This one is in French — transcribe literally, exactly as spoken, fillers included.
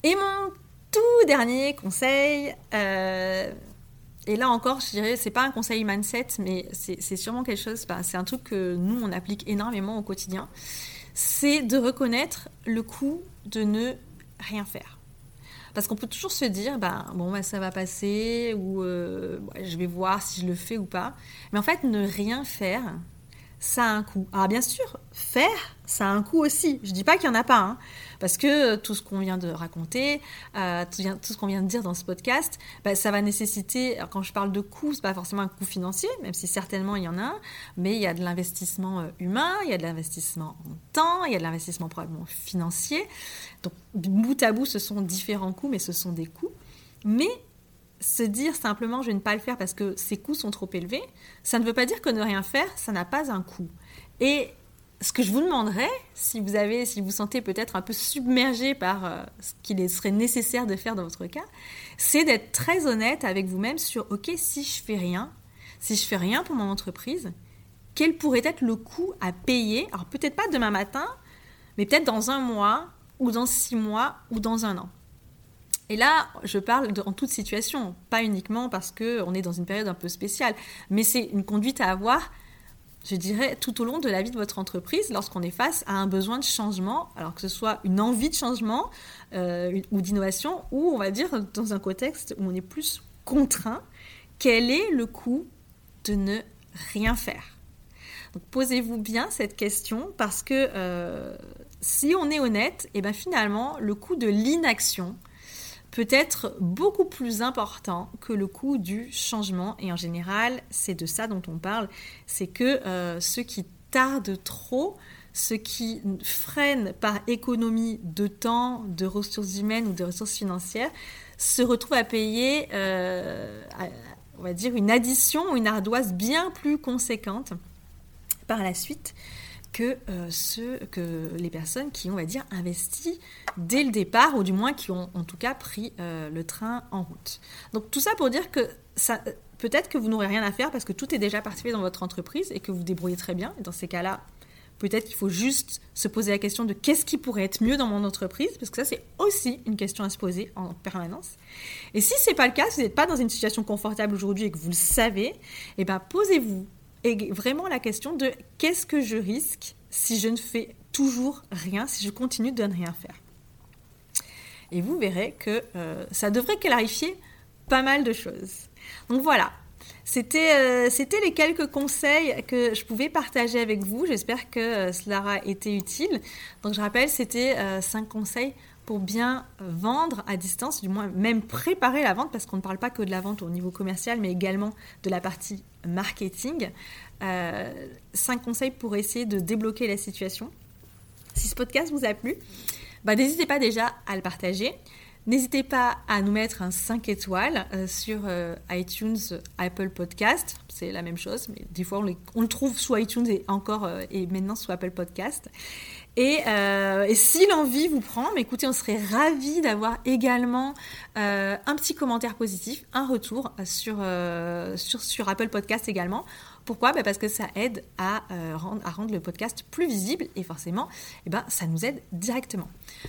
Et mon tout dernier conseil, euh, et là encore, je dirais, c'est pas un conseil mindset, mais c'est, c'est sûrement quelque chose, bah, c'est un truc que nous, on applique énormément au quotidien, c'est de reconnaître le coût de ne rien faire. Parce qu'on peut toujours se dire, bah, bon, bah, ça va passer, ou euh, ouais, je vais voir si je le fais ou pas. Mais en fait, ne rien faire, ça a un coût. Alors bien sûr, faire, ça a un coût aussi. Je dis pas qu'il y en a pas, hein, parce que tout ce qu'on vient de raconter, euh, tout, tout ce qu'on vient de dire dans ce podcast, bah, ça va nécessiter. Alors quand je parle de coût, c'est pas forcément un coût financier, même si certainement il y en a un, mais il y a de l'investissement humain, il y a de l'investissement en temps, il y a de l'investissement probablement financier. Donc bout à bout, ce sont différents coûts, mais ce sont des coûts. Mais se dire simplement je vais ne pas le faire parce que ces coûts sont trop élevés, ça ne veut pas dire que ne rien faire, ça n'a pas un coût. Et ce que je vous demanderais, si vous avez, si vous sentez peut-être un peu submergé par euh, ce qu'il serait nécessaire de faire dans votre cas, c'est d'être très honnête avec vous-même sur ok, si je fais rien, si je fais rien pour mon entreprise, quel pourrait être le coût à payer? Alors peut-être pas demain matin, mais peut-être dans un mois, ou dans six mois, ou dans un an. Et là, je parle de, en toute situation, pas uniquement parce qu'on est dans une période un peu spéciale, mais c'est une conduite à avoir, je dirais, tout au long de la vie de votre entreprise, lorsqu'on est face à un besoin de changement, alors que ce soit une envie de changement euh, ou d'innovation, ou on va dire dans un contexte où on est plus contraint, quel est le coût de ne rien faire? Donc posez-vous bien cette question parce que euh, si on est honnête, et ben finalement, le coût de l'inaction peut être beaucoup plus important que le coût du changement. Et en général, c'est de ça dont on parle. C'est que euh, ceux qui tardent trop, ceux qui freinent par économie de temps, de ressources humaines ou de ressources financières, se retrouvent à payer, euh, à, on va dire, une addition ou une ardoise bien plus conséquente par la suite que, euh, ceux, que les personnes qui ont, on va dire, investi dès le départ, ou du moins qui ont en tout cas pris euh, le train en route. Donc tout ça pour dire que ça, peut-être que vous n'aurez rien à faire parce que tout est déjà parti dans votre entreprise et que vous vous débrouillez très bien. Et dans ces cas-là, peut-être qu'il faut juste se poser la question de qu'est-ce qui pourrait être mieux dans mon entreprise, parce que ça, c'est aussi une question à se poser en permanence. Et si ce n'est pas le cas, si vous n'êtes pas dans une situation confortable aujourd'hui et que vous le savez, eh ben, posez-vous et vraiment la question de qu'est-ce que je risque si je ne fais toujours rien, si je continue de ne rien faire. Et vous verrez que euh, ça devrait clarifier pas mal de choses. Donc voilà, c'était, euh, c'était les quelques conseils que je pouvais partager avec vous. J'espère que euh, cela aura été utile. Donc je rappelle, c'était euh, cinq conseils pour bien vendre à distance, du moins même préparer la vente, parce qu'on ne parle pas que de la vente au niveau commercial, mais également de la partie marketing. Euh, cinq conseils pour essayer de débloquer la situation. Si ce podcast vous a plu, bah, n'hésitez pas déjà à le partager. N'hésitez pas à nous mettre un cinq étoiles euh, sur euh, iTunes, Apple Podcast. C'est la même chose, mais des fois on, les, on le trouve sous iTunes et encore euh, et maintenant sous Apple Podcast. Et, euh, et si l'envie vous prend, mais écoutez, on serait ravis d'avoir également euh, un petit commentaire positif, un retour sur, euh, sur, sur Apple Podcast également. Pourquoi ? Bah parce que ça aide à, euh, rendre, à rendre le podcast plus visible et forcément, eh ben, ça nous aide directement.